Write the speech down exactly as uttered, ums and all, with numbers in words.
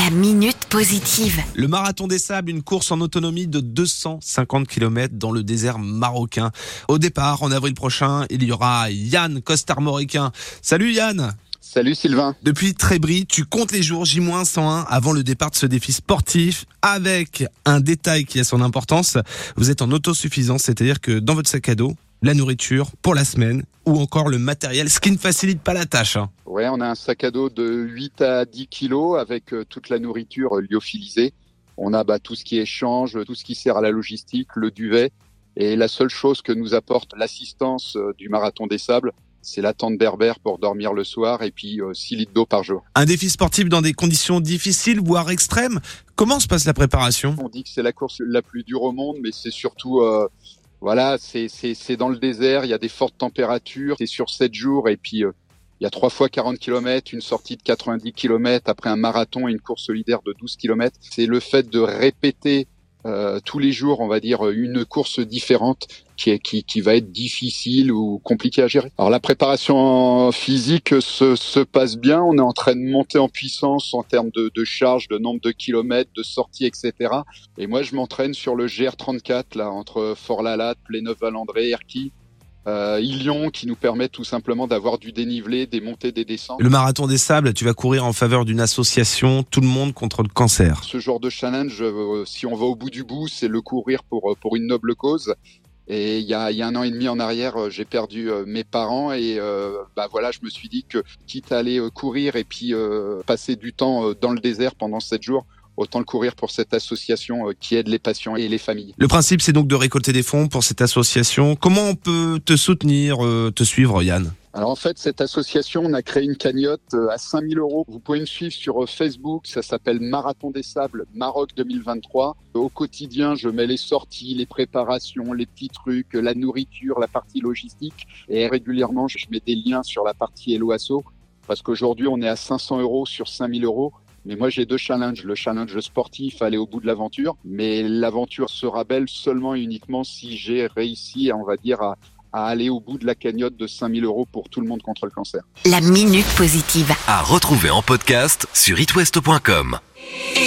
La minute positive. Le marathon des sables, une course en autonomie de deux cent cinquante kilomètres dans le désert marocain. Au départ, en avril prochain, il y aura Yann, costarmoricain. Salut Yann. Salut Sylvain. Depuis Trébris, tu comptes les jours J cent un avant le départ de ce défi sportif, avec un détail qui a son importance. Vous êtes en autosuffisance, c'est-à-dire que dans votre sac à dos, la nourriture pour la semaine ou encore le matériel, ce qui ne facilite pas la tâche. Hein. Ouais, on a un sac à dos de huit à dix kilos avec euh, toute la nourriture euh, lyophilisée. On a bah, tout ce qui échange, tout ce qui sert à la logistique, le duvet. Et la seule chose que nous apporte l'assistance euh, du marathon des sables, c'est la tente berbère pour dormir le soir et puis euh, six litres d'eau par jour. Un défi sportif dans des conditions difficiles, voire extrêmes. Comment se passe la préparation ? On dit que c'est la course la plus dure au monde, mais c'est surtout... Euh, Voilà, c'est, c'est, c'est dans le désert, il y a des fortes températures, c'est sur sept jours et puis euh, il y a trois fois quarante kilomètres, une sortie de quatre-vingt-dix kilomètres après un marathon et une course solidaire de douze kilomètres. C'est le fait de répéter euh, tous les jours, on va dire, une course différente qui, est, qui, qui va être difficile ou compliquée à gérer. Alors la préparation physique se, se passe bien, on est en train de monter en puissance en termes de, de charge, de nombre de kilomètres, de sorties, et cetera. Et moi je m'entraîne sur le G R trente-quatre, là, entre Fort-la-Latte, Pléneuf-Valandré, Erquy. Euh, Ilion, qui nous permet tout simplement d'avoir du dénivelé, des montées, des descentes. Le marathon des sables, tu vas courir en faveur d'une association, Tout le monde contre le cancer. Ce genre de challenge, euh, si on va au bout du bout, c'est le courir pour pour une noble cause. Et il y a, il y a un an et demi en arrière, euh, j'ai perdu euh, mes parents et euh, bah voilà, je me suis dit que quitte à aller euh, courir et puis euh, passer du temps euh, dans le désert pendant sept jours, autant le courir pour cette association qui aide les patients et les familles. Le principe, c'est donc de récolter des fonds pour cette association. Comment on peut te soutenir, te suivre, Yann ? Alors en fait, cette association, on a créé une cagnotte à cinq mille euros. Vous pouvez me suivre sur Facebook, ça s'appelle Marathon des Sables Maroc deux mille vingt-trois. Au quotidien, je mets les sorties, les préparations, les petits trucs, la nourriture, la partie logistique. Et régulièrement, je mets des liens sur la partie Hello Asso, parce qu'aujourd'hui, on est à cinq cents euros sur cinq mille euros. Mais moi, j'ai deux challenges. Le challenge sportif, aller au bout de l'aventure. Mais l'aventure sera belle seulement et uniquement si j'ai réussi, on va dire, à, à aller au bout de la cagnotte de cinq mille euros pour tout le monde contre le cancer. La minute positive. À retrouver en podcast sur it west point com.